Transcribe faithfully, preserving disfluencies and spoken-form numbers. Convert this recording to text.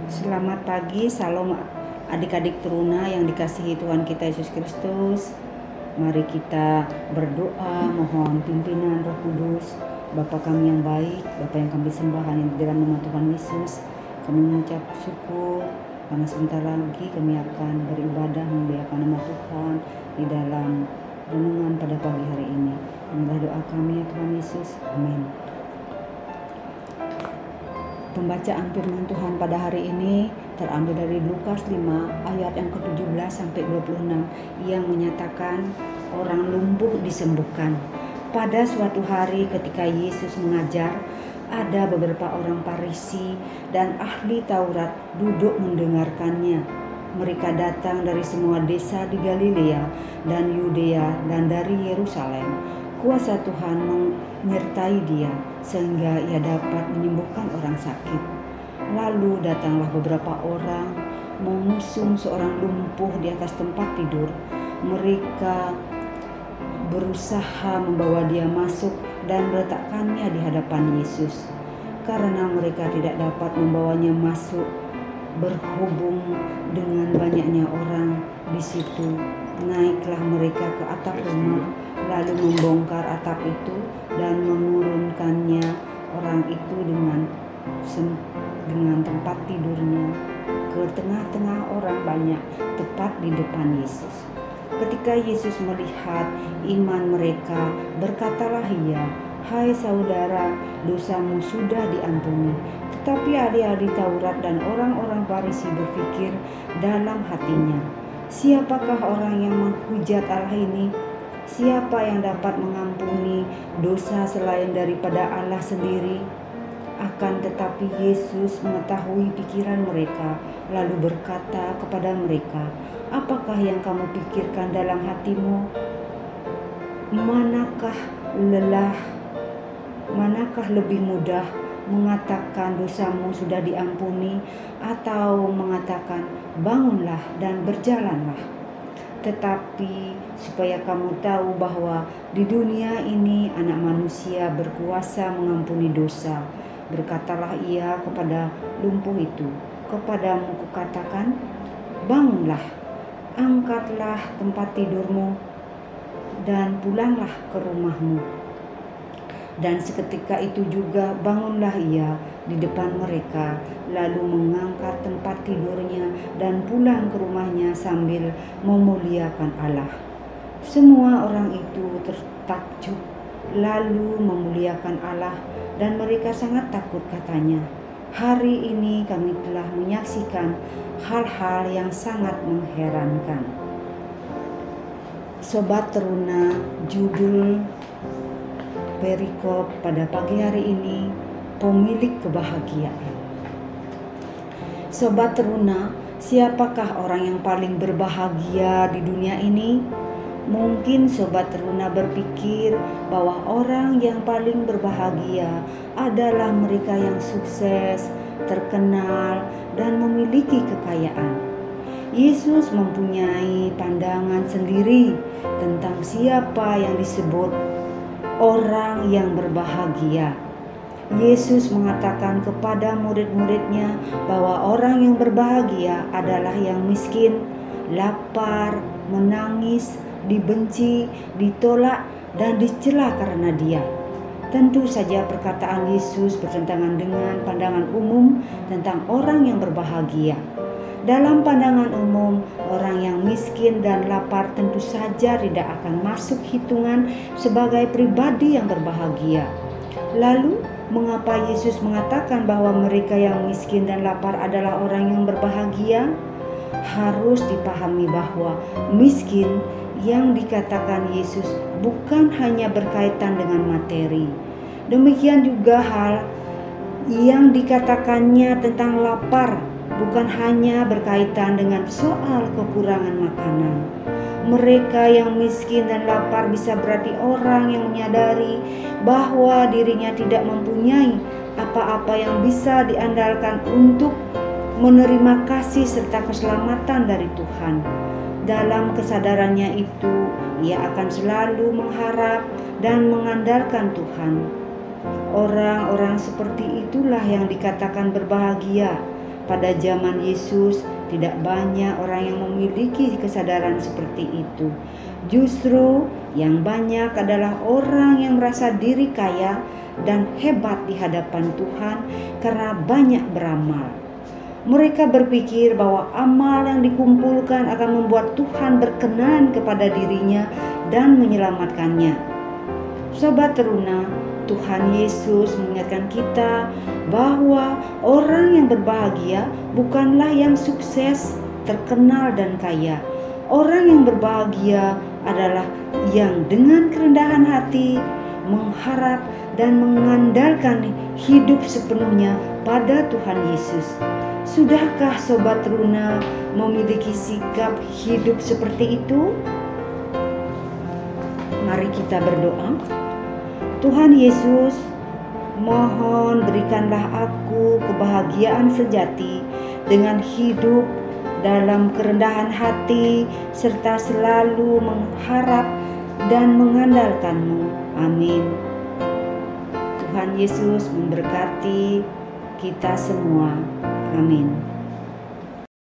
Selamat pagi, salam adik-adik teruna yang dikasihi Tuhan kita Yesus Kristus. Mari kita berdoa, mohon pimpinan Roh Kudus. Bapa kami yang baik, Bapa yang kami sembah hanya di dalam nama Tuhan Yesus. Kami mengucap syukur karena sebentar lagi kami akan beribadah memuliakan nama Tuhan di dalam renungan pada pagi hari ini. Inilah doa kami ya Tuhan Yesus. Amin. Pembacaan firman Tuhan pada hari ini terambil dari Lukas lima ayat yang ke tujuh belas sampai dua puluh enam yang menyatakan orang lumpuh disembuhkan. Pada suatu hari ketika Yesus mengajar, ada beberapa orang Farisi dan ahli Taurat duduk mendengarkannya. Mereka datang dari semua desa di Galilea dan Yudea dan dari Yerusalem. Kuasa Tuhan menyertai dia sehingga ia dapat menyembuhkan orang sakit. Lalu datanglah beberapa orang mengusung seorang lumpuh di atas tempat tidur. Mereka berusaha membawa dia masuk dan meletakkannya di hadapan Yesus. Karena mereka tidak dapat membawanya masuk berhubung dengan banyaknya orang di situ, naiklah mereka ke atap rumah, lalu membongkar atap itu dan menurunkannya orang itu dengan dengan tempat tidurnya ke tengah-tengah orang banyak, tepat di depan Yesus. Ketika Yesus melihat iman mereka, berkatalah ia, "Hai saudara, dosamu sudah diampuni." Tetapi ahli-ahli Taurat dan orang-orang Farisi berpikir dalam hatinya, "Siapakah orang yang menghujat Allah ini? Siapa yang dapat mengampuni dosa selain daripada Allah sendiri?" Akan tetapi Yesus mengetahui pikiran mereka, lalu berkata kepada mereka, "Apakah yang kamu pikirkan dalam hatimu? Manakah lelah, manakah lebih mudah mengatakan dosamu sudah diampuni atau mengatakan bangunlah dan berjalanlah? Tetapi supaya kamu tahu bahwa di dunia ini anak manusia berkuasa mengampuni dosa, berkatalah ia kepada lumpuh itu, kepadamu kukatakan, bangunlah, angkatlah tempat tidurmu dan pulanglah ke rumahmu." Dan seketika itu juga bangunlah ia di depan mereka, lalu mengangkat tempat tidurnya dan pulang ke rumahnya sambil memuliakan Allah. Semua orang itu tertakjub lalu memuliakan Allah, dan mereka sangat takut, katanya, "Hari ini kami telah menyaksikan hal-hal yang sangat mengherankan." Sobat Teruna, judul perikop pada pagi hari ini, pemilik kebahagiaan. Sobat Teruna, siapakah orang yang paling berbahagia di dunia ini? Mungkin Sobat Teruna berpikir bahwa orang yang paling berbahagia adalah mereka yang sukses, terkenal, dan memiliki kekayaan. Yesus mempunyai pandangan sendiri tentang siapa yang disebut orang yang berbahagia. Yesus mengatakan kepada murid-muridnya bahwa orang yang berbahagia adalah yang miskin, lapar, menangis, dibenci, ditolak, dan dicela karena Dia. Tentu saja perkataan Yesus bertentangan dengan pandangan umum tentang orang yang berbahagia. Dalam pandangan umum, orang yang miskin dan lapar tentu saja tidak akan masuk hitungan sebagai pribadi yang berbahagia. Lalu, mengapa Yesus mengatakan bahwa mereka yang miskin dan lapar adalah orang yang berbahagia? Harus dipahami bahwa miskin yang dikatakan Yesus bukan hanya berkaitan dengan materi. Demikian juga hal yang dikatakannya tentang lapar bukan hanya berkaitan dengan soal kekurangan makanan. Mereka yang miskin dan lapar bisa berarti orang yang menyadari bahwa dirinya tidak mempunyai apa-apa yang bisa diandalkan untuk menerima kasih serta keselamatan dari Tuhan. Dalam kesadarannya itu, ia akan selalu mengharap dan mengandalkan Tuhan. Orang-orang seperti itulah yang dikatakan berbahagia. pada zaman Yesus tidak banyak orang yang memiliki kesadaran seperti itu. Justru yang banyak adalah orang yang merasa diri kaya dan hebat di hadapan Tuhan karena banyak beramal. Mereka berpikir bahwa amal yang dikumpulkan akan membuat Tuhan berkenan kepada dirinya dan menyelamatkannya. Sobat Teruna, Tuhan Yesus mengingatkan kita bahwa orang yang berbahagia bukanlah yang sukses, terkenal, dan kaya. Orang yang berbahagia adalah yang dengan kerendahan hati mengharap dan mengandalkan hidup sepenuhnya pada Tuhan Yesus. Sudahkah Sobat Teruna memiliki sikap hidup seperti itu? Mari kita berdoa. Tuhan Yesus, mohon berikanlah aku kebahagiaan sejati dengan hidup dalam kerendahan hati serta selalu mengharap dan mengandalkan-Mu. Amin. Tuhan Yesus memberkati kita semua. Amin.